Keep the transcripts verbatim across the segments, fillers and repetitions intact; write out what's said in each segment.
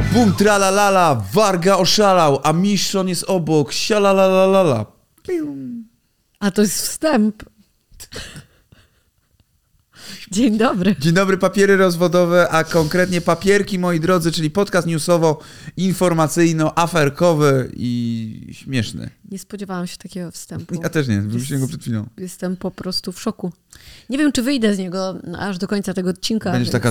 Bum, tralalala, Warga oszalał, a Miszon jest obok, sialalalala. A to jest wstęp. Dzień dobry. Dzień dobry, papiery rozwodowe, a konkretnie papierki, moi drodzy, czyli podcast newsowo-informacyjno-aferkowy i śmieszny. Nie spodziewałam się takiego wstępu. Ja też nie, wymyśliłem go przed chwilą. Jestem po prostu w szoku. Nie wiem, czy wyjdę z niego aż do końca tego odcinka. Będziesz więc... taka...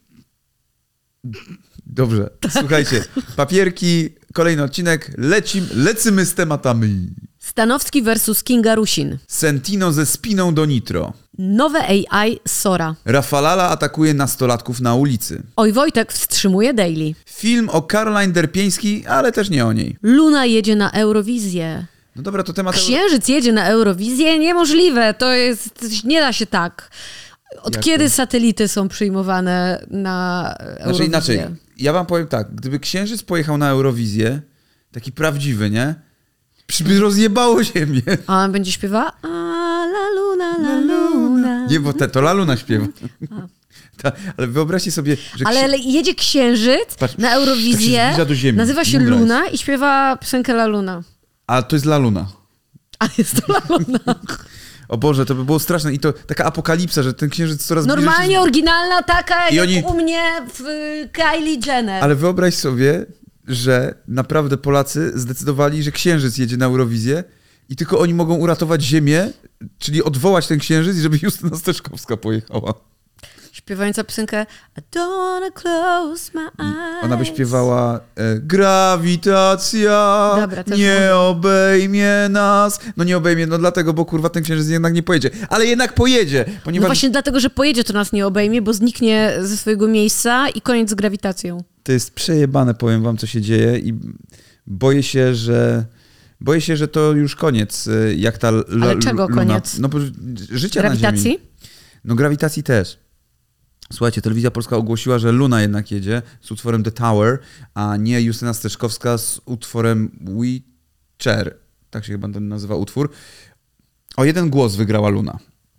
Dobrze, słuchajcie, papierki, kolejny odcinek, lecim, lecymy z tematami. Stanowski versus Kinga Rusin. Sentino ze spiną do nitro. Nowe A I Sora. Rafalala atakuje nastolatków na ulicy. Oj Wojtek wstrzymuje Daily. Film o Caroline Derpieński, ale też nie o niej. Luna jedzie na Eurowizję. No dobra, to temat... Księżyc jedzie na Eurowizję? Niemożliwe, to jest... Nie da się tak. Od Jak kiedy to? satelity są przyjmowane na Eurowizję? Znaczy inaczej, ja wam powiem tak, gdyby Księżyc pojechał na Eurowizję, taki prawdziwy, nie? By rozjebało ziemię. A on będzie śpiewała? A la luna, la luna. Nie, bo te, to La Luna śpiewa. Ta, ale wyobraźcie sobie, że... Ale, ale jedzie Księżyc Patrz, na tak Eurowizję, się zbliża do ziemi. nazywa się Luna Luna i śpiewa piosenkę La Luna. A to jest La Luna. A jest to La Luna. O Boże, to by było straszne. I to taka apokalipsa, że ten Księżyc coraz bliżej Normalnie się... oryginalna, taka I jak oni- u mnie w y, Kylie Jenner. Ale wyobraź sobie, że naprawdę Polacy zdecydowali, że Księżyc jedzie na Eurowizję i tylko oni mogą uratować Ziemię, czyli odwołać ten Księżyc i żeby Justyna Steczkowska pojechała. Śpiewająca piosenkę I don't wanna close my eyes. Ona by śpiewała e, grawitacja Dobra, też nie może. obejmie nas. No nie obejmie, no dlatego, bo kurwa ten Księżyc jednak nie pojedzie. Ale jednak pojedzie, No ponieważ właśnie dlatego, że pojedzie, to nas nie obejmie, bo zniknie ze swojego miejsca i koniec z grawitacją. to jest przejebane, powiem wam, co się dzieje i boję się, że boję się, że to już koniec. e, Jak ta l- Ale l- czego luna, koniec? No bo życia na Ziemi. Grawitacji? No grawitacji też. Słuchajcie, Telewizja Polska ogłosiła, że Luna jednak jedzie z utworem The Tower, a nie Justyna Steczkowska z utworem Witcher. Tak się chyba ten nazywa utwór. O jeden głos wygrała Luna.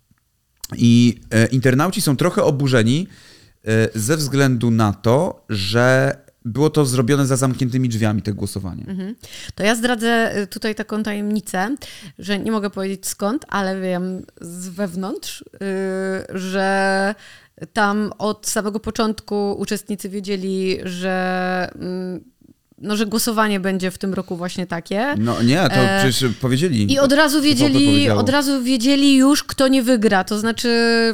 I e, internauci są trochę oburzeni e, ze względu na to, że było to zrobione za zamkniętymi drzwiami, te głosowanie. Mhm. To ja zdradzę y, tutaj taką tajemnicę, że nie mogę powiedzieć skąd, ale wiem z wewnątrz, y, że tam od samego początku uczestnicy wiedzieli, że, mm, no, że głosowanie będzie w tym roku właśnie takie. No nie, to E, przecież powiedzieli. I od razu T V P wiedzieli, powiedziało. od razu wiedzieli już, kto nie wygra. To znaczy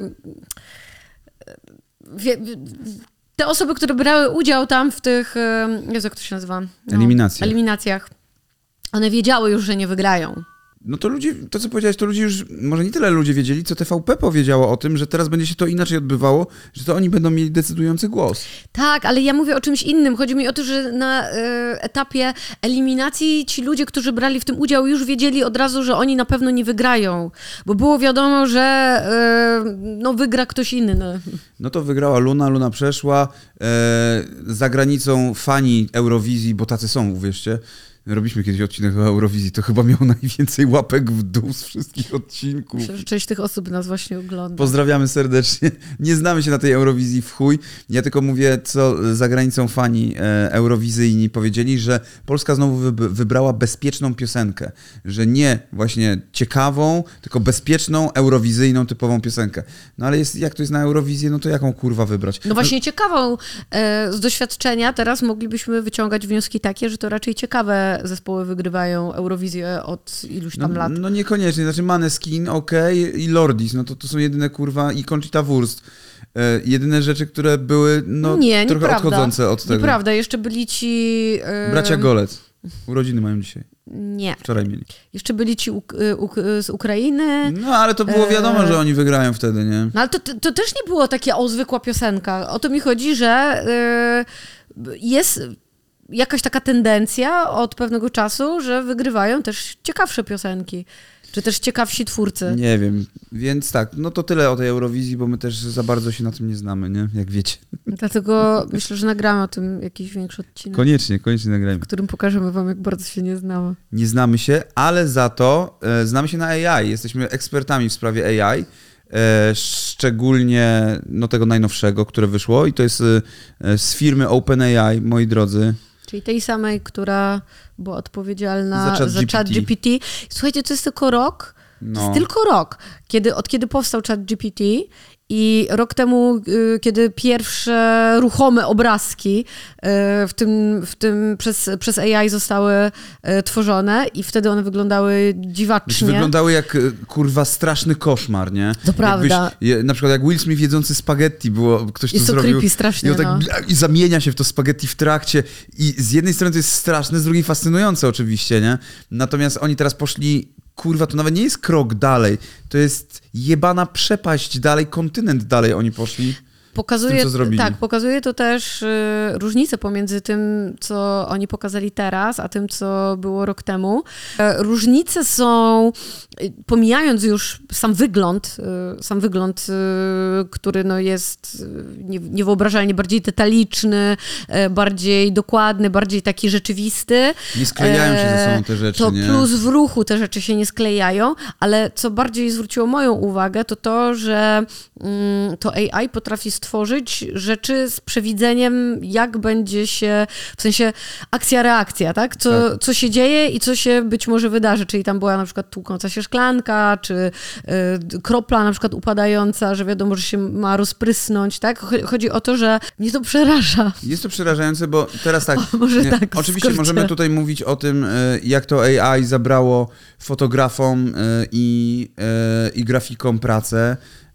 wie, te osoby, które brały udział tam w tych, em, Jezu, jak to się nazywa? No, Eliminacjach. eliminacjach. One wiedziały już, że nie wygrają. No to ludzie, to co powiedziałeś, to ludzie już, może nie tyle ludzie wiedzieli, co T V P powiedziało o tym, że teraz będzie się to inaczej odbywało, że to oni będą mieli decydujący głos. Tak, ale ja mówię o czymś innym. Chodzi mi o to, że na y, etapie eliminacji ci ludzie, którzy brali w tym udział, już wiedzieli od razu, że oni na pewno nie wygrają. Bo było wiadomo, że y, no, wygra ktoś inny. No to wygrała Luna, Luna przeszła. E, za granicą fani Eurowizji, bo tacy są, uwierzcie. Robiliśmy kiedyś odcinek o Eurowizji, to chyba miał najwięcej łapek w dół z wszystkich odcinków. Myślę, że część tych osób nas właśnie ogląda. Pozdrawiamy serdecznie. Nie znamy się na tej Eurowizji w chuj. Ja tylko mówię, co za granicą fani e, eurowizyjni powiedzieli, że Polska znowu wy, wybrała bezpieczną piosenkę. Że nie właśnie ciekawą, tylko bezpieczną, eurowizyjną, typową piosenkę. No ale jest, jak to jest na Eurowizję, no to jaką kurwa wybrać? No właśnie ciekawą e, z doświadczenia teraz moglibyśmy wyciągać wnioski takie, że to raczej ciekawe zespoły wygrywają Eurowizję od iluś tam no, lat. No niekoniecznie. Znaczy Maneskin, okej, okay, i Lordis, no to, to są jedyne kurwa i Conchita Wurst. E, jedyne rzeczy, które były no, nie, trochę nieprawda. odchodzące od tego. Nieprawda, jeszcze byli ci... E, Bracia Golec. Urodziny mają dzisiaj. Nie. Wczoraj mieli. Jeszcze byli ci uk- uk- z Ukrainy. No, ale to było wiadomo, że oni wygrają wtedy, nie? No ale to, to, to też nie było takie o zwykła piosenka. O to mi chodzi, że y, jest jakaś taka tendencja od pewnego czasu, że wygrywają też ciekawsze piosenki. Czy też ciekawsi twórcy. Nie wiem. Więc tak, no to tyle o tej Eurowizji, bo my też za bardzo się na tym nie znamy, nie? Jak wiecie. Dlatego myślę, że nagramy o tym jakiś większy odcinek. Koniecznie, koniecznie nagrajmy. W którym pokażemy wam, jak bardzo się nie znamy. Nie znamy się, ale za to e, znamy się na A I. Jesteśmy ekspertami w sprawie A I. e, szczególnie no, tego najnowszego, które wyszło i to jest e, z firmy OpenAI, moi drodzy. Czyli tej samej, która była odpowiedzialna za, za ChatGPT. Słuchajcie, to jest tylko rok, no. To jest tylko rok, kiedy, od kiedy powstał ChatGPT. I rok temu, kiedy pierwsze ruchome obrazki w tym, w tym przez, przez A I zostały tworzone i wtedy one wyglądały dziwacznie. Wyglądały jak, kurwa, straszny koszmar, nie? To prawda. Jakbyś, na przykład jak Will Smith jedzący spaghetti było, ktoś to jest to zrobił. Creepy strasznie, i, tak, no. I zamienia się w to spaghetti w trakcie. I z jednej strony to jest straszne, z drugiej fascynujące oczywiście, nie? Natomiast oni teraz poszli... Kurwa, to nawet nie jest krok dalej. To jest jebana przepaść dalej, kontynent dalej oni poszli. Pokazuje, tym, co zrobili. Tak, pokazuje to też y, różnicę pomiędzy tym, co oni pokazali teraz, a tym, co było rok temu. E, różnice są, pomijając już sam wygląd, y, sam wygląd, y, który no jest nie, niewyobrażalnie bardziej detaliczny, y, bardziej dokładny, bardziej taki rzeczywisty. Nie sklejają się ze sobą te rzeczy, To nie? plus w ruchu te rzeczy się nie sklejają, ale co bardziej zwróciło moją uwagę, to to, że mm, to A I potrafi stworzyć rzeczy z przewidzeniem, jak będzie się, w sensie akcja-reakcja, tak? Co, tak. co się dzieje i co się być może wydarzy, czyli tam była na przykład tłukąca się szklanka, czy y, kropla na przykład upadająca, że wiadomo, że się ma rozprysnąć, tak? Chodzi o to, że mnie to przeraża. Jest to przerażające, bo teraz tak, o, może nie, tak oczywiście możemy tutaj mówić o tym, jak to A I zabrało fotografom i, i grafikom pracę,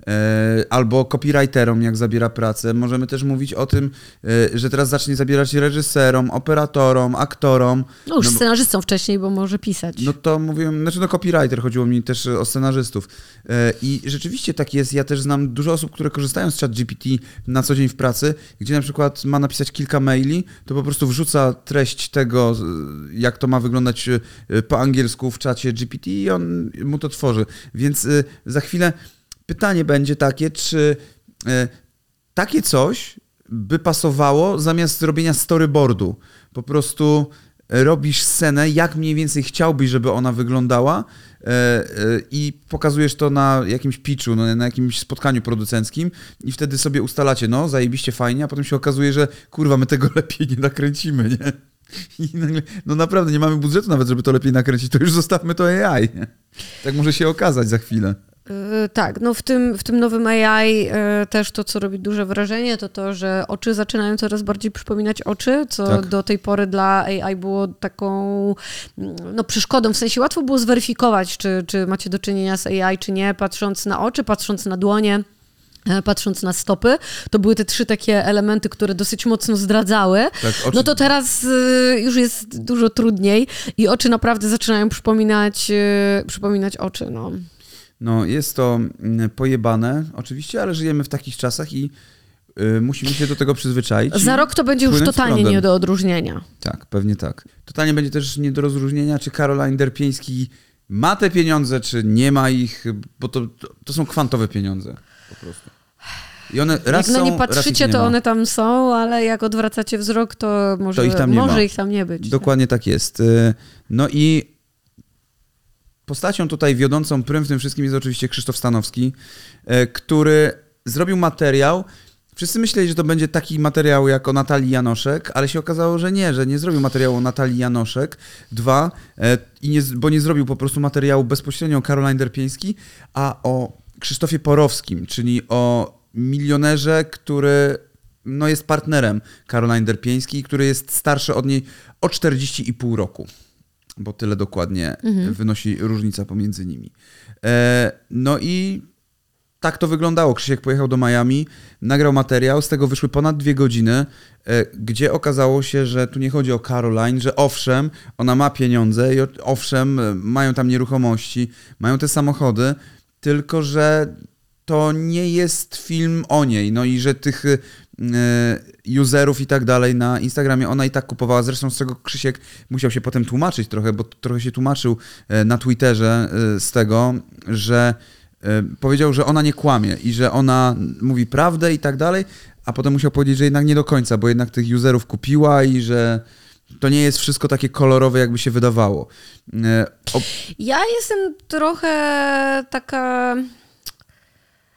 albo copywriterom, jak zabiera pracę. Możemy też mówić o tym, że teraz zacznie zabierać reżyserom, operatorom, aktorom. No już no bo, scenarzystom wcześniej, bo może pisać. No to mówiłem, znaczy no copywriter, chodziło mi też o scenarzystów. I rzeczywiście tak jest. Ja też znam dużo osób, które korzystają z ChatGPT na co dzień w pracy, gdzie na przykład ma napisać kilka maili, to po prostu wrzuca treść tego, jak to ma wyglądać po angielsku w czacie G P T i on mu to tworzy. Więc za chwilę pytanie będzie takie, czy e, takie coś by pasowało zamiast robienia storyboardu. Po prostu robisz scenę, jak mniej więcej chciałbyś, żeby ona wyglądała e, e, i pokazujesz to na jakimś pitchu, no, na jakimś spotkaniu producenckim i wtedy sobie ustalacie, no zajebiście fajnie, a potem się okazuje, że kurwa, my tego lepiej nie nakręcimy, nie? I nagle, no naprawdę, nie mamy budżetu nawet, żeby to lepiej nakręcić, to już zostawmy to A I, nie? Tak może się okazać za chwilę. Yy, tak, no w tym, w tym nowym A I yy, też to, co robi duże wrażenie, to to, że oczy zaczynają coraz bardziej przypominać oczy, co tak. do tej pory dla A I było taką no, przeszkodą. W sensie łatwo było zweryfikować, czy, czy macie do czynienia z A I, czy nie, patrząc na oczy, patrząc na dłonie. Patrząc na stopy, to były te trzy takie elementy, które dosyć mocno zdradzały. Tak, oczy... No to teraz y, już jest dużo trudniej i oczy naprawdę zaczynają przypominać, y, przypominać oczy. No. no jest to pojebane oczywiście, ale żyjemy w takich czasach i y, musimy się do tego przyzwyczaić. Za rok to będzie już totalnie nie do odróżnienia. Tak, pewnie tak. Totalnie będzie też nie do rozróżnienia, czy Caroline Derpieński ma te pieniądze, czy nie ma ich, bo to, to, to są kwantowe pieniądze po prostu. I one raz jak na są, nie patrzycie, nie to ma. one tam są, ale jak odwracacie wzrok, to może, to ich tam nie może ma. ich tam nie być. Dokładnie tak. tak jest. No i postacią tutaj wiodącą prym w tym wszystkim jest oczywiście Krzysztof Stanowski, który zrobił materiał. Wszyscy myśleli, że to będzie taki materiał jak o Natalii Janoszek, ale się okazało, że nie, że nie zrobił materiału o Natalii Janoszek. Dwa, i nie, bo nie zrobił po prostu materiału bezpośrednio o Caroline Derpieński, a o Krzysztofie Porowskim, czyli o milionerze, który no, jest partnerem Caroline Derpieńskiej, który jest starszy od niej o czterdzieści i pół roku, bo tyle dokładnie mhm. wynosi różnica pomiędzy nimi. E, no i tak to wyglądało. Krzysiek pojechał do Miami, nagrał materiał, z tego wyszły ponad dwie godziny, e, gdzie okazało się, że tu nie chodzi o Caroline, że owszem, ona ma pieniądze i owszem, mają tam nieruchomości, mają te samochody, tylko że to nie jest film o niej, no i że tych y, userów i tak dalej na Instagramie ona i tak kupowała, zresztą z czego Krzysiek musiał się potem tłumaczyć trochę, bo trochę się tłumaczył y, na Twitterze y, z tego, że y, powiedział, że ona nie kłamie i że ona mówi prawdę i tak dalej, a potem musiał powiedzieć, że jednak nie do końca, bo jednak tych userów kupiła i że to nie jest wszystko takie kolorowe, jakby się wydawało. Y, o... Ja jestem trochę taka...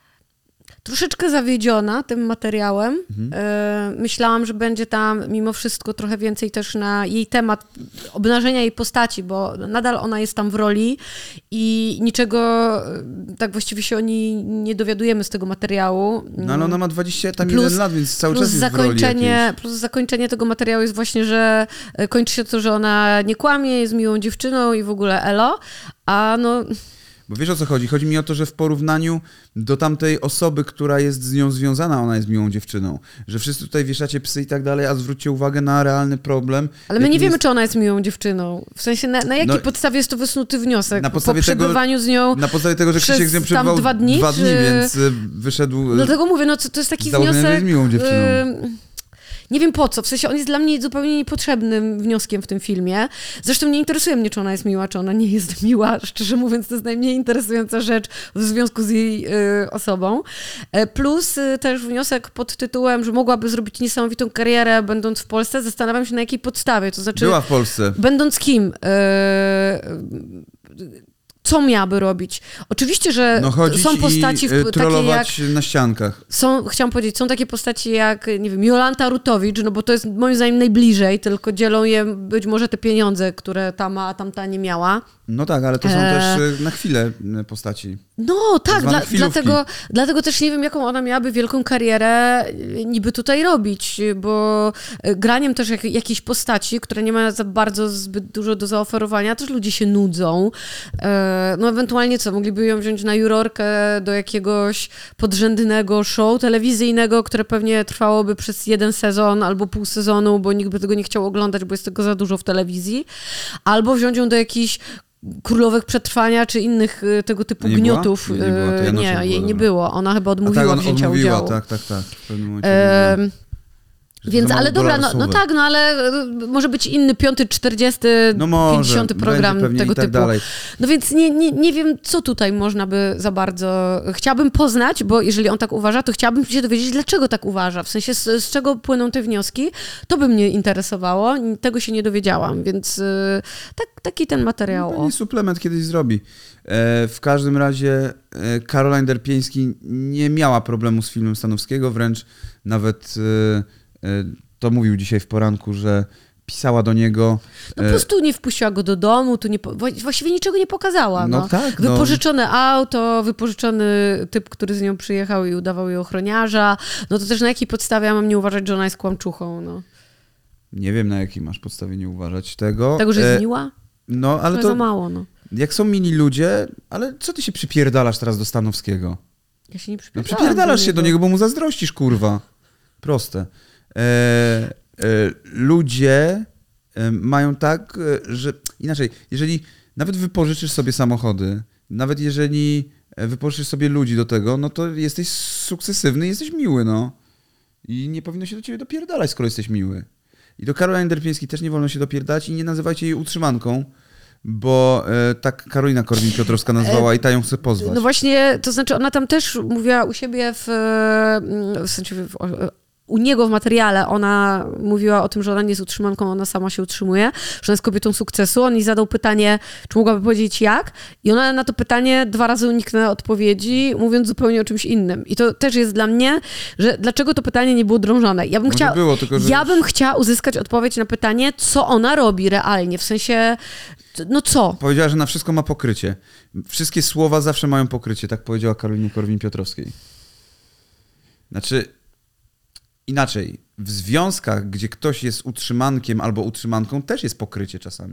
troszeczkę zawiedziona tym materiałem. Mhm. E, myślałam, że będzie tam mimo wszystko trochę więcej też na jej temat obnażenia jej postaci, bo nadal ona jest tam w roli i niczego tak właściwie się o niej nie dowiadujemy z tego materiału. No ale ona ma dwadzieścia tam Plus- jeden lat, więc cały Plus czas jest zakończenie, w roli jakiejś. plus zakończenie tego materiału jest właśnie, że e, kończy się to, że ona nie kłamie, jest miłą dziewczyną i w ogóle elo, a no... Bo wiesz o co chodzi? Chodzi mi o to, że w porównaniu do tamtej osoby, która jest z nią związana, ona jest miłą dziewczyną. Że wszyscy tutaj wieszacie psy i tak dalej, a zwróćcie uwagę na realny problem. Ale my nie wiemy, jest... czy ona jest miłą dziewczyną. W sensie, na, na jakiej No, podstawie jest to wysnuty wniosek? na podstawie po przebywaniu tego, z nią Na podstawie tego, że przez Krzysiek z nią tam przebywał dwa dni, dwa dni czy... więc y, wyszedł... Dlatego mówię, no to, to jest taki założenie, że wniosek... jest miłą dziewczyną. y, Nie wiem po co, w sensie on jest dla mnie zupełnie niepotrzebnym wnioskiem w tym filmie. Zresztą nie interesuje mnie, czy ona jest miła, czy ona nie jest miła. Szczerze mówiąc, to jest najmniej interesująca rzecz w związku z jej y, osobą. E, plus y, też wniosek pod tytułem, że mogłaby zrobić niesamowitą karierę będąc w Polsce. Zastanawiam się, na jakiej podstawie, to znaczy... Była w Polsce. Będąc kim? E, co miałaby robić? Oczywiście, że No chodzić są postaci i w, y, takie jak... trollować na ściankach. Są, chciałam powiedzieć, są takie postaci jak, nie wiem, Jolanta Rutowicz, no bo to jest moim zdaniem najbliżej, tylko dzielą je być może te pieniądze, które ta ma, a tamta nie miała. No tak, ale to są Eee. też y, na chwilę y, postaci. No tak, zwane dla, chwilówki. dlatego, dlatego też nie wiem, jaką ona miałaby wielką karierę niby tutaj robić, bo graniem też jak, jakiejś postaci, które nie mają za bardzo zbyt dużo do zaoferowania, też ludzie się nudzą. E, no ewentualnie co, mogliby ją wziąć na jurorkę do jakiegoś podrzędnego show telewizyjnego, które pewnie trwałoby przez jeden sezon albo pół sezonu, bo nikt by tego nie chciał oglądać, bo jest tego za dużo w telewizji. Albo wziąć ją do jakichś Królowych Przetrwania, czy innych y, tego typu Nie była? gniotów. Nie, nie było, to ja Y, noszę nie, było, jej nie dobra. było. Ona chyba A odmówiła tak, on wzięcia odmówiła, udziału. tak, tak, tak. W pewnym momencie Em, odmówiła. Że Więc, za mało ale dobra, no, no dolarów tak, no ale y, może być inny, piąty, czterdziesty, No może, pięćdziesiąty program będzie pewnie tego i tak typu. dalej. No więc nie, nie, nie wiem, co tutaj można by za bardzo... Chciałabym poznać, bo jeżeli on tak uważa, to chciałabym się dowiedzieć, dlaczego tak uważa. W sensie, z, z czego płyną te wnioski. To by mnie interesowało. Tego się nie dowiedziałam, więc y, tak, taki ten materiał. No, o. pewnie suplement kiedyś zrobi. E, w każdym razie e, Caroline Derpieński nie miała problemu z filmem Stanowskiego, wręcz nawet e, e, to mówił dzisiaj w poranku, że pisała do niego. No po prostu nie wpuściła go do domu, tu nie, po- właściwie niczego nie pokazała. No No. tak, no. Wypożyczone auto, wypożyczony typ, który z nią przyjechał i udawał jej ochroniarza. No to też na jakiej podstawie ja mam nie uważać, że ona jest kłamczuchą? No. Nie wiem, na jakiej masz podstawie nie uważać tego. Tego, że jest E, miła? No, ale To to za mało, no. jak są mini ludzie, ale co ty się przypierdalasz teraz do Stanowskiego? Ja się nie No przypierdalam przypierdalasz się do niego, bo mu zazdrościsz, kurwa. Proste. E, e, ludzie e, mają tak, e, że inaczej, jeżeli nawet wypożyczysz sobie samochody, nawet jeżeli e, wypożyczysz sobie ludzi do tego, no to jesteś sukcesywny, jesteś miły, no. I nie powinno się do ciebie dopierdalać, skoro jesteś miły. I do Caroline Derpieńskiej też nie wolno się dopierdać i nie nazywajcie jej utrzymanką, bo e, tak Karolina Korwin-Piotrowska nazwała i ta ją chce pozwać. No właśnie, to znaczy ona tam też mówiła u siebie w, w sensie w, u niego w materiale, ona mówiła o tym, że ona nie jest utrzymanką, ona sama się utrzymuje, że ona jest kobietą sukcesu. On jej zadał pytanie, czy mogłaby powiedzieć jak, i ona na to pytanie dwa razy uniknęła odpowiedzi, mówiąc zupełnie o czymś innym. I to też jest dla mnie, że dlaczego to pytanie nie było drążone. Ja bym, Może chciała, było, tylko że- ja bym chciała uzyskać odpowiedź na pytanie, co ona robi realnie, w sensie, no co? Powiedziała, że na wszystko ma pokrycie. Wszystkie słowa zawsze mają pokrycie, tak powiedziała Karolinie Korwin-Piotrowskiej. Znaczy, inaczej, w związkach, gdzie ktoś jest utrzymankiem albo utrzymanką, też jest pokrycie czasami.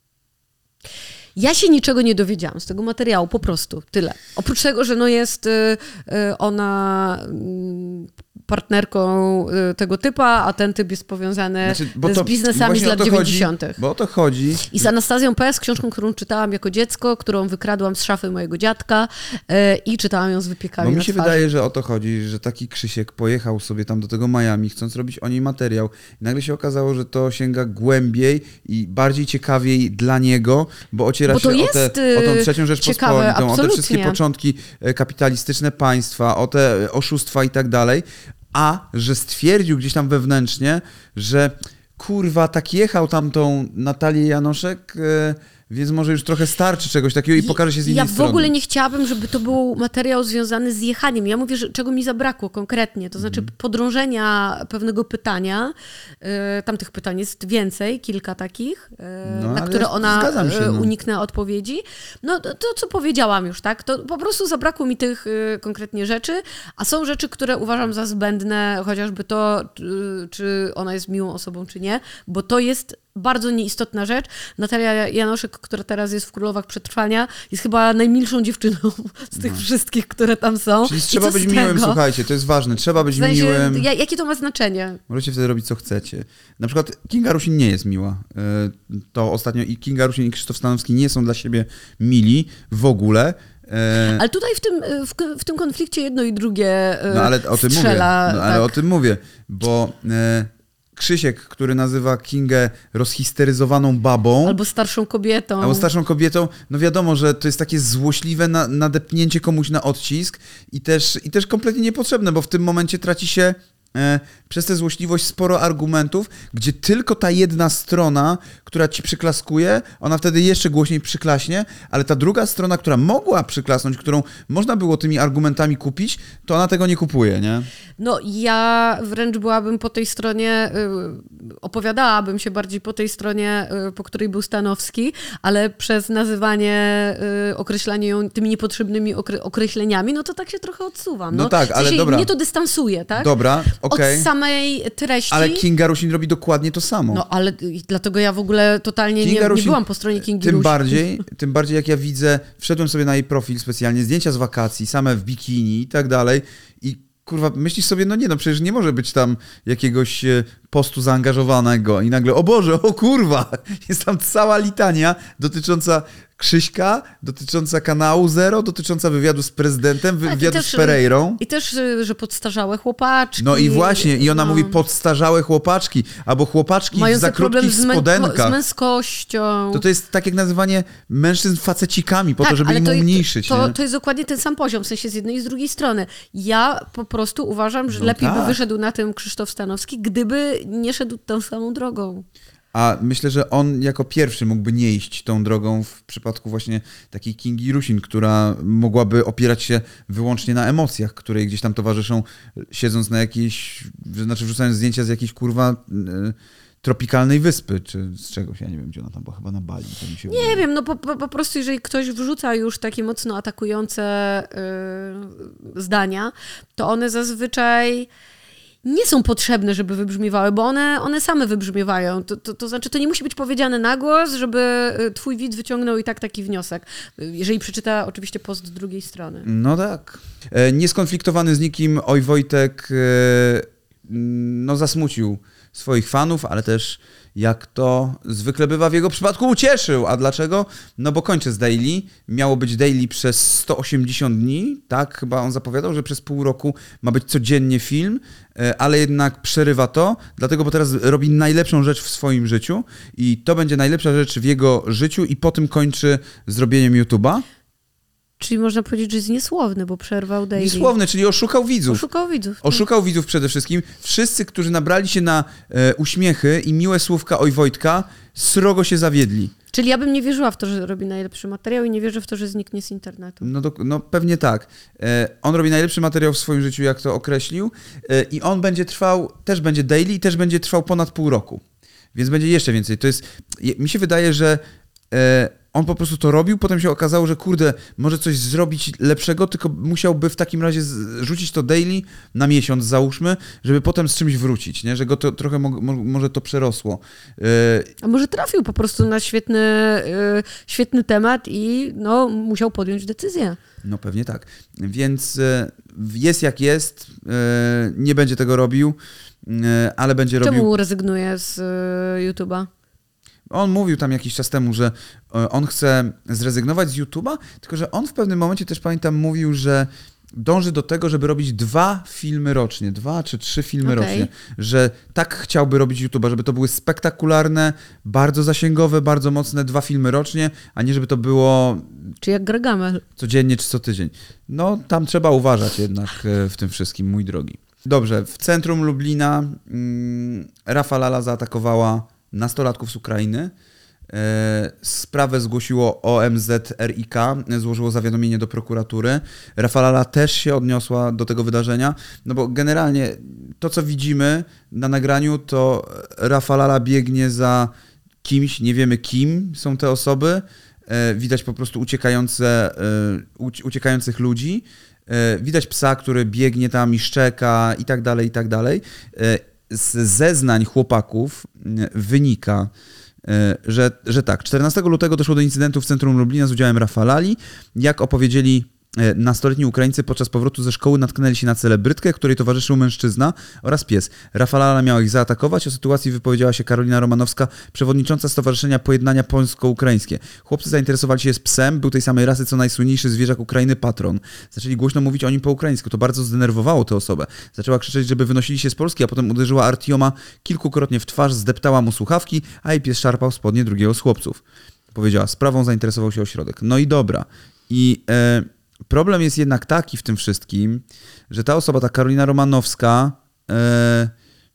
Ja się niczego nie dowiedziałam z tego materiału, po prostu, tyle. Oprócz tego, że no jest y, y, ona y, partnerką y, tego typa, a ten typ jest powiązany Znaczy, bo z to- biznesami właśnie z o lat to dziewięćdziesiątych. Chodzi, bo o to chodzi. I z Anastazją P. z książką, którą czytałam jako dziecko, którą wykradłam z szafy mojego dziadka y, i czytałam ją z wypiekami Bo mi na się twarzy. wydaje, że o to chodzi, że taki Krzysiek pojechał sobie tam do tego Miami, chcąc robić o niej materiał. I nagle się okazało, że to sięga głębiej i bardziej ciekawiej dla niego, bo ociera Bo to się o, jest, te, o tą trzecią ciekawe, Rzeczpospolitą, o te wszystkie absolutnie. początki e, kapitalistyczne państwa, o te oszustwa i tak dalej. A że stwierdził gdzieś tam wewnętrznie, że kurwa, tak jechał tam tą Natalię Janoszek, e, więc może już trochę starczy czegoś takiego i pokaże się z innej ja strony. Ja w ogóle nie chciałabym, żeby to był materiał związany z jechaniem. Ja mówię, że czego mi zabrakło konkretnie, to znaczy mm. podrążenia pewnego pytania. Y, tam tych pytań jest więcej, kilka takich, y, no, na które ona się, no. uniknę odpowiedzi. No to, to, co powiedziałam już, tak? To po prostu zabrakło mi tych y, konkretnie rzeczy, a są rzeczy, które uważam za zbędne, chociażby to, y, czy ona jest miłą osobą, czy nie, bo to jest bardzo nieistotna rzecz. Natalia Janoszek, która teraz jest w Królowach Przetrwania, jest chyba najmilszą dziewczyną z tych no. wszystkich, które tam są. Czyli trzeba być miłym, słuchajcie, to jest ważne. Trzeba być w sensie, miłym. Jakie to ma znaczenie? Możecie wtedy robić, co chcecie. Na przykład Kinga Rusin nie jest miła. To ostatnio i Kinga Rusin i Krzysztof Stanowski nie są dla siebie mili w ogóle. Ale tutaj w tym, w, w tym konflikcie jedno i drugie no, ale o tym strzela. Mówię. No, ale tak. o tym mówię, bo e, Krzysiek, który nazywa Kingę rozhisteryzowaną babą. Albo starszą kobietą. Albo starszą kobietą. No wiadomo, że to jest takie złośliwe na, nadepnięcie komuś na odcisk i też, i też kompletnie niepotrzebne, bo w tym momencie traci się e, przez tę złośliwość sporo argumentów, gdzie tylko ta jedna strona, która ci przyklaskuje, ona wtedy jeszcze głośniej przyklaśnie, ale ta druga strona, która mogła przyklasnąć, którą można było tymi argumentami kupić, to ona tego nie kupuje, nie? No ja wręcz byłabym po tej stronie, y, opowiadałabym się bardziej po tej stronie, y, po której był Stanowski, ale przez nazywanie, y, określanie ją tymi niepotrzebnymi okre- określeniami, no to tak się trochę odsuwam. No, no tak, w sensie ale dobra. Mnie to dystansuje, tak? Dobra, okej. Od samej treści. Ale Kinga Rusin robi dokładnie to samo. No ale dlatego ja w ogóle totalnie nie, Rusin, nie byłam po stronie Kingi tym Rusin. bardziej, tym bardziej jak ja widzę, wszedłem sobie na jej profil specjalnie, zdjęcia z wakacji, same w bikini i tak dalej i kurwa, myślisz sobie, no nie no, przecież nie może być tam jakiegoś postu zaangażowanego i nagle, o Boże, o kurwa, jest tam cała litania dotycząca Krzyśka, dotycząca kanału Zero, dotycząca wywiadu z prezydentem, tak, wywiadu też, z Pereirą. I też, że podstarzałe chłopaczki. No i właśnie, i ona no. mówi podstarzałe chłopaczki, albo chłopaczki w za krótkich spodenkach. Z męskością. To to jest tak jak nazywanie mężczyzn facecikami, po tak, to, żeby im to, umniejszyć. To, nie? to jest dokładnie ten sam poziom, w sensie z jednej i z drugiej strony. Ja po prostu uważam, że no lepiej tak. by wyszedł na tym Krzysztof Stanowski, gdyby nie szedł tą samą drogą. A myślę, że on jako pierwszy mógłby nie iść tą drogą w przypadku właśnie takiej Kingi Rusin, która mogłaby opierać się wyłącznie na emocjach, które gdzieś tam towarzyszą, siedząc na jakiejś, znaczy wrzucając zdjęcia z jakiejś kurwa yy, tropikalnej wyspy, czy z czegoś, ja nie wiem, gdzie ona tam była, chyba na Bali. To mi się nie wydaje. wiem, no po, po, po prostu jeżeli ktoś wrzuca już takie mocno atakujące yy, zdania, to one zazwyczaj nie są potrzebne, żeby wybrzmiewały, bo one, one same wybrzmiewają. To, to, to znaczy, to nie musi być powiedziane na głos, żeby twój widz wyciągnął i tak taki wniosek. Jeżeli przeczyta oczywiście post z drugiej strony. No tak. E, nieskonfliktowany z nikim, oj Wojtek e, no zasmucił swoich fanów, ale też jak to zwykle bywa w jego przypadku ucieszył. A dlaczego? No bo kończę z daily. Miało być daily przez sto osiemdziesiąt dni, tak? Chyba on zapowiadał, że przez pół roku ma być codziennie film, ale jednak przerywa to, dlatego, bo teraz robi najlepszą rzecz w swoim życiu i to będzie najlepsza rzecz w jego życiu i po tym kończy zrobieniem YouTube'a. Czyli można powiedzieć, że jest niesłowny, bo przerwał daily. Niesłowny, czyli oszukał widzów. Oszukał widzów. Tak. Oszukał widzów przede wszystkim. Wszyscy, którzy nabrali się na e, uśmiechy i miłe słówka oj Wojtka, srogo się zawiedli. Czyli ja bym nie wierzyła w to, że robi najlepszy materiał i nie wierzę w to, że zniknie z internetu. No, do, no pewnie tak. E, on robi najlepszy materiał w swoim życiu, jak to określił e, i on będzie trwał, też będzie daily i też będzie trwał ponad pół roku. Więc będzie jeszcze więcej. To jest, mi się wydaje, że e, on po prostu to robił, potem się okazało, że kurde, może coś zrobić lepszego, tylko musiałby w takim razie rzucić to daily na miesiąc, załóżmy, żeby potem z czymś wrócić, nie? Że go to trochę mo- mo- może to przerosło. Yy... A może trafił po prostu na świetny, yy, świetny temat i no, musiał podjąć decyzję. No pewnie tak. Więc yy, jest jak jest, yy, nie będzie tego robił, yy, ale będzie Czemu robił... Czemu rezygnuje z yy, YouTube'a? On mówił tam jakiś czas temu, że on chce zrezygnować z YouTube'a, tylko że on w pewnym momencie też, pamiętam, mówił, że dąży do tego, żeby robić dwa filmy rocznie, dwa czy trzy filmy okay. rocznie, że tak chciałby robić YouTube'a, żeby to były spektakularne, bardzo zasięgowe, bardzo mocne dwa filmy rocznie, a nie żeby to było... Czy jak Gargamel. Codziennie czy co tydzień. No tam trzeba uważać jednak w tym wszystkim, mój drogi. Dobrze, w centrum Lublina mm, Rafa Lala zaatakowała nastolatków z Ukrainy. Sprawę zgłosiło O M Z R I K, złożyło zawiadomienie do prokuratury. Rafalala też się odniosła do tego wydarzenia, no bo generalnie to, co widzimy na nagraniu, to Rafalala biegnie za kimś, nie wiemy kim są te osoby. Widać po prostu uciekające, uciekających ludzi. Widać psa, który biegnie tam i szczeka i tak dalej, i tak dalej. Z zeznań chłopaków wynika, Że, że tak, czternastego lutego doszło do incydentu w centrum Lublina z udziałem Rafalali. Jak opowiedzieli nastoletni Ukraińcy, podczas powrotu ze szkoły natknęli się na celebrytkę, której towarzyszył mężczyzna oraz pies. Rafalala miała ich zaatakować. O sytuacji wypowiedziała się Karolina Romanowska, przewodnicząca Stowarzyszenia Pojednania Polsko-Ukraińskie. Chłopcy zainteresowali się psem, był tej samej rasy co najsłynniejszy zwierzak Ukrainy Patron. Zaczęli głośno mówić o nim po ukraińsku. To bardzo zdenerwowało tę osobę. Zaczęła krzyczeć, żeby wynosili się z Polski, a potem uderzyła Artioma kilkukrotnie w twarz, zdeptała mu słuchawki, a jej pies szarpał spodnie drugiego z chłopców. Powiedziała, sprawą zainteresował się ośrodek. No i dobra. I... E, Problem jest jednak taki w tym wszystkim, że ta osoba, ta Karolina Romanowska, e,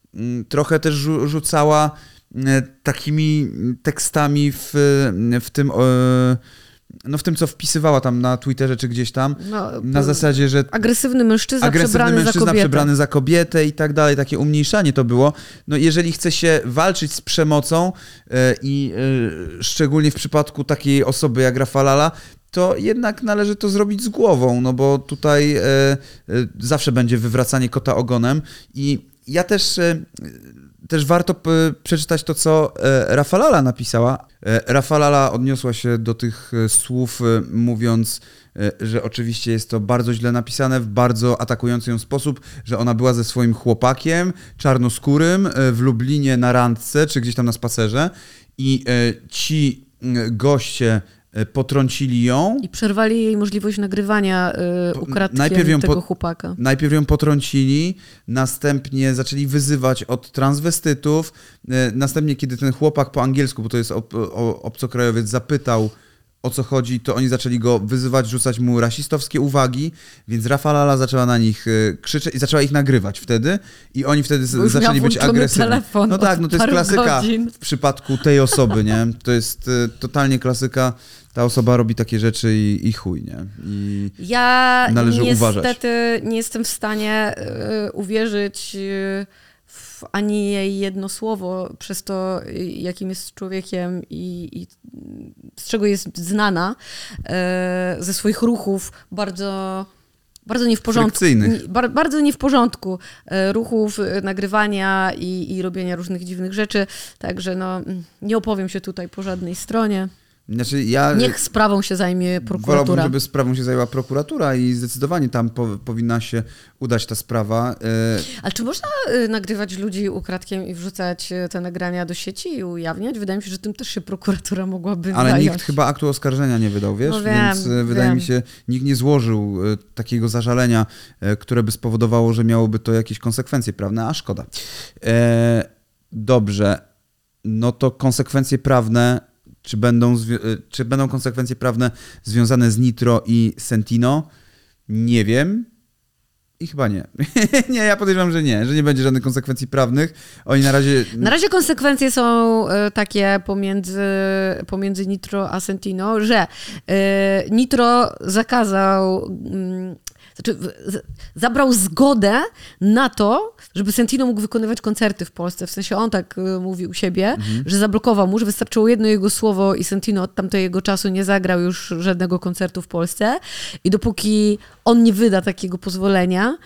trochę też rzu- rzucała e, takimi tekstami w, w tym... E, no w tym, co wpisywała tam na Twitterze czy gdzieś tam, no, na zasadzie, że... Agresywny mężczyzna, agresywny przebrany, mężczyzna za kobietę. przebrany za kobietę i tak dalej, takie umniejszanie to było. No jeżeli chce się walczyć z przemocą e, i e, szczególnie w przypadku takiej osoby jak Rafalala, to jednak należy to zrobić z głową, no bo tutaj e, e, zawsze będzie wywracanie kota ogonem i ja też... E, Też warto p- przeczytać to, co e, Rafalala napisała. E, Rafalala odniosła się do tych e, słów, e, mówiąc, e, że oczywiście jest to bardzo źle napisane, w bardzo atakujący ją sposób, że ona była ze swoim chłopakiem czarnoskórym e, w Lublinie na randce, czy gdzieś tam na spacerze i e, ci e, goście potrącili ją. I przerwali jej możliwość nagrywania y, ukradkiem najpierw ją tego po, chłopaka. Najpierw ją potrącili, następnie zaczęli wyzywać od transwestytów, y, następnie kiedy ten chłopak po angielsku, bo to jest ob, o, obcokrajowiec, zapytał, o co chodzi, to oni zaczęli go wyzywać, rzucać mu rasistowskie uwagi, więc Rafalala zaczęła na nich krzyczeć i zaczęła ich nagrywać wtedy i oni wtedy z, zaczęli być agresywni. No tak, no to jest klasyka godzin. w przypadku tej osoby, nie? To jest y, totalnie klasyka. Ta osoba robi takie rzeczy i, i chuj, nie? I ja należy niestety uważać. nie jestem w stanie y, uwierzyć y, w ani jej jedno słowo przez to, y, jakim jest człowiekiem i, i z czego jest znana, y, ze swoich ruchów bardzo... Bardzo nie w porządku. Bar, bardzo nie w porządku e, ruchów, e, nagrywania i, i robienia różnych dziwnych rzeczy. Także no, nie opowiem się tutaj po żadnej stronie. Znaczy ja, Niech sprawą się zajmie prokuratura. Wolałbym, żeby sprawą się zajęła prokuratura i zdecydowanie tam po, powinna się udać ta sprawa. Ale czy można nagrywać ludzi ukradkiem i wrzucać te nagrania do sieci i ujawniać? Wydaje mi się, że tym też się prokuratura mogłaby Ale zająć. nikt chyba aktu oskarżenia nie wydał, wiesz? No wiem, Więc wiem. Wydaje mi się, nikt nie złożył takiego zażalenia, które by spowodowało, że miałoby to jakieś konsekwencje prawne, a szkoda. E, dobrze, no to konsekwencje prawne Czy będą, czy będą konsekwencje prawne związane z Nitro i Sentino? Nie wiem. I chyba nie. Nie, ja podejrzewam, że nie, że nie będzie żadnych konsekwencji prawnych. Oni na razie... Na razie konsekwencje są takie pomiędzy, pomiędzy Nitro a Sentino, że Nitro zakazał... Znaczy, zabrał zgodę na to, żeby Sentino mógł wykonywać koncerty w Polsce. W sensie on tak mówi u siebie, mhm. że zablokował mu, że wystarczyło jedno jego słowo i Sentino od tamtego czasu nie zagrał już żadnego koncertu w Polsce. I dopóki on nie wyda takiego pozwolenia,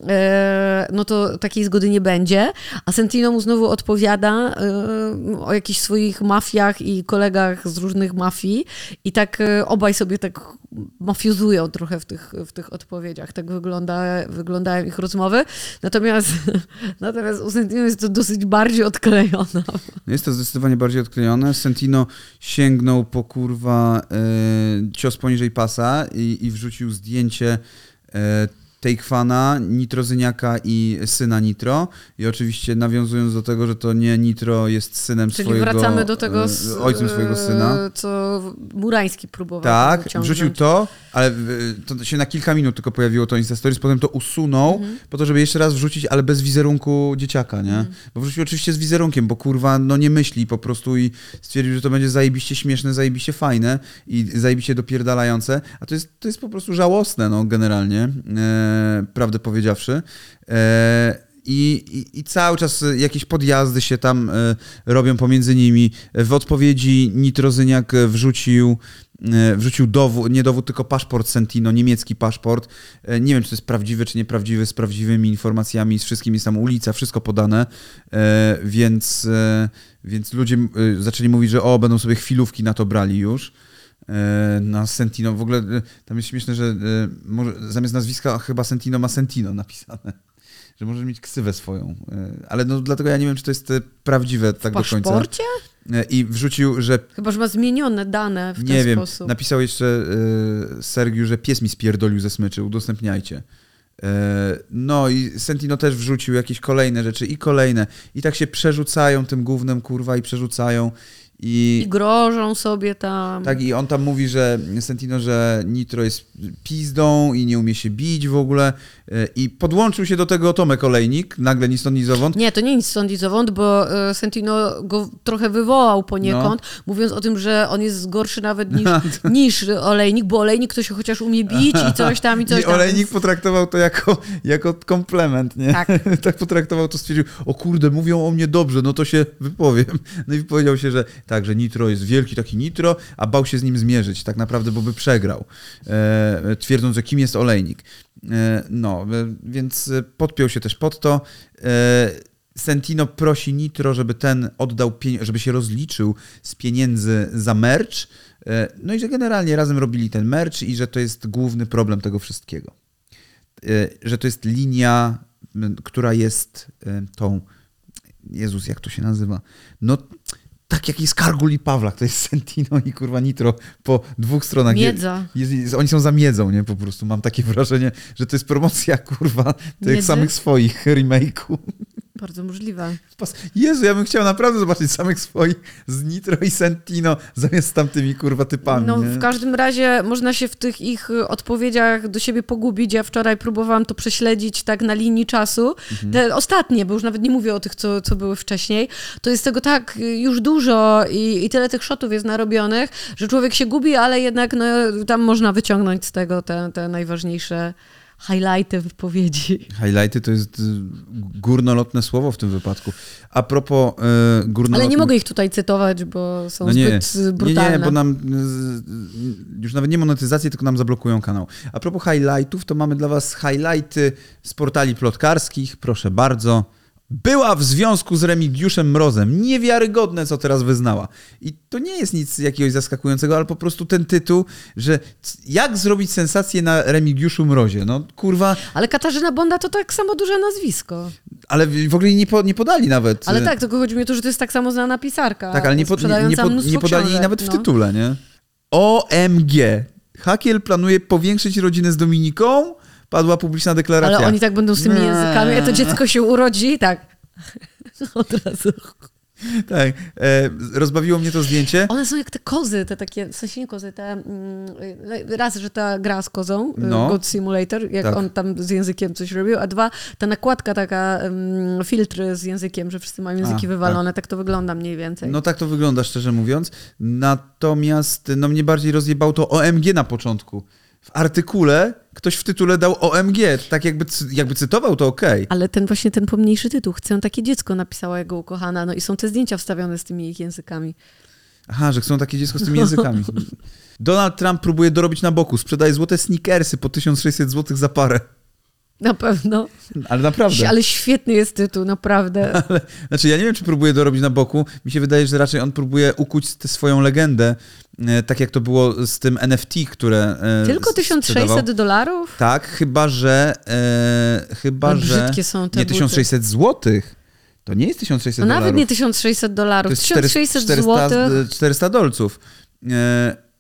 no to takiej zgody nie będzie. A Sentino mu znowu odpowiada o jakichś swoich mafiach i kolegach z różnych mafii i tak obaj sobie tak mafiozują trochę w tych, w tych odpowiedziach. Tak wygląda, wyglądają ich rozmowy. Natomiast, natomiast u Sentino jest to dosyć bardziej odklejone. Jest to zdecydowanie bardziej odklejone. Sentino sięgnął po kurwa e, cios poniżej pasa i, i wrzucił zdjęcie e, Takefana, Nitrozyniaka i syna Nitro. I oczywiście nawiązując do tego, że to nie Nitro jest synem Czyli swojego... Czyli wracamy do tego, z, ojcem swojego syna. Co Murański próbował. Tak, wrzucił to, ale to się na kilka minut tylko pojawiło to Insta Stories, potem to usunął mhm. po to, żeby jeszcze raz wrzucić, ale bez wizerunku dzieciaka, nie? Mhm. Bo wrzucił oczywiście z wizerunkiem, bo kurwa, no nie myśli po prostu i stwierdził, że to będzie zajebiście śmieszne, zajebiście fajne i zajebiście dopierdalające, a to jest, to jest po prostu żałosne, no generalnie, e, prawdę powiedziawszy. E, I, i, I cały czas jakieś podjazdy się tam e, robią pomiędzy nimi. W odpowiedzi Nitrozyniak wrzucił, e, wrzucił dowód, nie dowód, tylko paszport Sentino, niemiecki paszport. E, nie wiem, czy to jest prawdziwy, czy nieprawdziwy, z prawdziwymi informacjami, z wszystkim jest tam ulica, wszystko podane, e, więc, e, więc ludzie e, zaczęli mówić, że o, będą sobie chwilówki na to brali już. E, na Sentino. W ogóle e, tam jest śmieszne, że e, może, zamiast nazwiska chyba Sentino ma Sentino napisane. Że możesz mieć ksywę swoją. Ale no dlatego ja nie wiem, czy to jest prawdziwe tak do końca. W paszporcie? I wrzucił, że... Chyba, że ma zmienione dane w ten nie wiem, sposób. Napisał jeszcze y, Sergiu, że pies mi spierdolił ze smyczy, udostępniajcie. Y, no i Sentino też wrzucił jakieś kolejne rzeczy i kolejne. I tak się przerzucają tym gównem, kurwa, i przerzucają. I, I grożą sobie tam. Tak, i on tam mówi, że Sentino, że Nitro jest pizdą i nie umie się bić w ogóle. I podłączył się do tego Tomek Olejnik, nagle ni stąd, ni zowąd. Nie, to nie nic stąd, ni zowąd, bo Sentino go trochę wywołał poniekąd, no. mówiąc o tym, że on jest gorszy nawet niż, niż Olejnik, bo Olejnik to się chociaż umie bić i coś tam, i coś I tam. Olejnik więc... potraktował to jako, jako komplement, nie? Tak. tak potraktował to, stwierdził, o kurde, mówią o mnie dobrze, no to się wypowiem. No i wypowiedział się, że tak, że Nitro jest wielki taki Nitro, a bał się z nim zmierzyć tak naprawdę, bo by przegrał, e, twierdząc, że kim jest Olejnik. E, no, e, więc podpiął się też pod to. E, Sentino prosi Nitro, żeby ten oddał, pien- żeby się rozliczył z pieniędzy za merch, e, no i że generalnie razem robili ten merch i że to jest główny problem tego wszystkiego. E, że to jest linia, która jest e, tą... Jezus, jak to się nazywa? No... Tak jak jest Kargul i Pawlak, to jest Sentino i kurwa Nitro po dwóch stronach. Miedza. Jest, jest, oni są za miedzą, nie? Po prostu mam takie wrażenie, że to jest promocja, kurwa, tych Miedzy? samych swoich remake'u. Bardzo możliwe. Jezu, ja bym chciał naprawdę zobaczyć samych swoich z Nitro i Sentino zamiast z tamtymi kurwa typami. No nie? w każdym razie można się w tych ich odpowiedziach do siebie pogubić. Ja wczoraj próbowałam to prześledzić tak na linii czasu. Mhm. Te ostatnie, bo już nawet nie mówię o tych, co, co były wcześniej. To jest tego tak już dużo i, i tyle tych shotów jest narobionych, że człowiek się gubi, ale jednak no, tam można wyciągnąć z tego te, te najważniejsze highlighty wypowiedzi. Highlighty to jest górnolotne słowo w tym wypadku. A propos e, górnolotnych... Ale nie mogę ich tutaj cytować, bo są no nie, zbyt brutalne. Nie, nie, bo nam już nawet nie monetyzację, tylko nam zablokują kanał. A propos highlightów, to mamy dla was highlighty z portali plotkarskich. Proszę bardzo. Była w związku z Remigiuszem Mrozem. Niewiarygodne, co teraz wyznała. I to nie jest nic jakiegoś zaskakującego, ale po prostu ten tytuł, że jak zrobić sensację na Remigiuszu Mrozie? No kurwa... Ale Katarzyna Bonda to tak samo duże nazwisko. Ale w ogóle nie, po, nie podali nawet. Ale tak, tylko chodzi mi o to, że to jest tak samo znana pisarka. Tak, ale nie, pod, nie, nie, pod, nie podali jej nawet no. w tytule, nie? O M G. Hakiel planuje powiększyć rodzinę z Dominiką? Padła publiczna deklaracja. Ale oni tak będą z tymi nie. językami, a to dziecko się urodzi i tak. Od razu. Tak. E, rozbawiło mnie to zdjęcie. One są jak te kozy, te takie, w sensie nie kozy, te, mm, raz, że ta gra z kozą, no. God Simulator, jak tak. on tam z językiem coś robił, a dwa, ta nakładka taka, um, filtry z językiem, że wszyscy mają języki a, wywalone, tak. tak to wygląda mniej więcej. No tak to wygląda, szczerze mówiąc. Natomiast no mnie bardziej rozjebał to O M G na początku. W artykule ktoś w tytule dał O M G, tak jakby, jakby cytował, to okej. Okay. Ale ten właśnie ten pomniejszy tytuł, chcę takie dziecko, napisała jego ukochana, no i są te zdjęcia wstawione z tymi ich językami. Aha, że chcą takie dziecko z tymi językami. Donald Trump próbuje dorobić na boku, sprzedaje złote sneakersy po tysiąc sześćset złotych za parę. Na pewno. Ale naprawdę. Ale świetny jest tytuł, naprawdę. Ale, znaczy ja nie wiem, czy próbuje dorobić na boku. Mi się wydaje, że raczej on próbuje ukuć tę swoją legendę, e, tak jak to było z tym N F T, które e, Tylko tysiąc sześćset dolarów? Tak, chyba, że... E, chyba, no, że... brzydkie są te Nie, tysiąc sześćset złotych. To nie jest tysiąc sześćset no, dolarów. Nawet nie tysiąc sześćset dolarów. To jest tysiąc sześćset czterysta, czterysta dolców. E,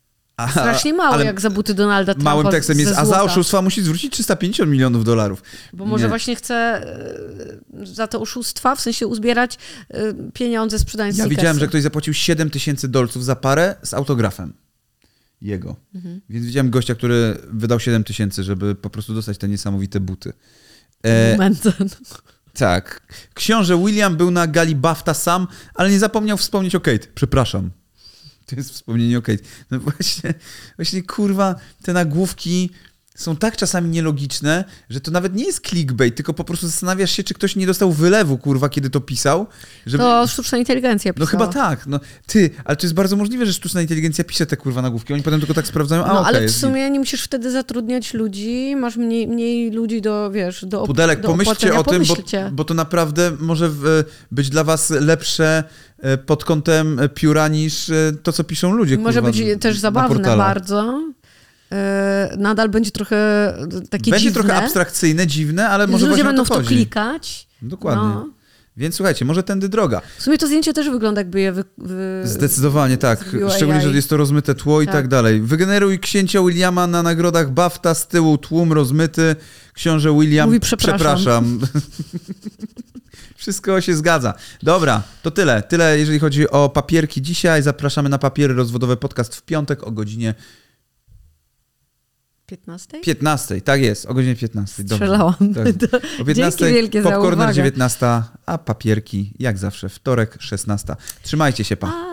A, Strasznie mało ale jak za buty Donalda Trumpa. Małym tekstem jest, a za złota. oszustwa musi zwrócić trzysta pięćdziesiąt milionów dolarów. Bo może Nie. właśnie chce y, za to oszustwa, w sensie uzbierać y, pieniądze sprzedając Ja sneakersy. widziałem, że ktoś zapłacił siedem tysięcy dolców za parę z autografem jego. Mhm. Więc widziałem gościa, który wydał siedem tysięcy, żeby po prostu dostać te niesamowite buty. E, Moment. tak. Książę William był na gali BAFTA sam, ale nie zapomniał wspomnieć o Kate. Przepraszam. To jest wspomnienie o Kate. No właśnie, właśnie kurwa, te nagłówki są tak czasami nielogiczne, że to nawet nie jest clickbait, tylko po prostu zastanawiasz się, czy ktoś nie dostał wylewu, kurwa, kiedy to pisał. Żeby... To sztuczna inteligencja pisała. No chyba tak. No, ty, ale to jest bardzo możliwe, że sztuczna inteligencja pisze te kurwa nagłówki. Oni potem tylko tak sprawdzają, a No okej. ale w jest sumie nie musisz wtedy zatrudniać ludzi, masz mniej, mniej ludzi do, wiesz, do op- Pudelek, do pomyślcie o tym, bo, pomyślcie. bo to naprawdę może w, być dla was lepsze e, pod kątem pióra niż e, to, co piszą ludzie. Może kurwa, być też na zabawne portalach. bardzo. Yy, nadal będzie trochę takie Będzie dziwne. trochę abstrakcyjne, dziwne, ale może Ludzie właśnie będą o w to to chodzi. klikać. Dokładnie. No. Więc słuchajcie, może tędy droga. W sumie to zdjęcie też wygląda, jakby je wy, wy... Zdecydowanie tak. zrobiło Szczególnie, A I. że jest to rozmyte tło i Tak. tak dalej. Wygeneruj księcia Williama na nagrodach BAFTA, z tyłu tłum rozmyty. Książę William, Mówi przepraszam. Wszystko się zgadza. Dobra, to tyle. Tyle, jeżeli chodzi o papierki dzisiaj. Zapraszamy na Papiery Rozwodowe podcast w piątek o godzinie piętnastej? piętnastej. Tak jest, o godzinie piętnastej. Dobrze. Strzelałam. Tak. O piętnastej Dzięki wielkie za popcorner uwagę. dziewiętnasta, a papierki jak zawsze wtorek szesnasta. Trzymajcie się, pa. A.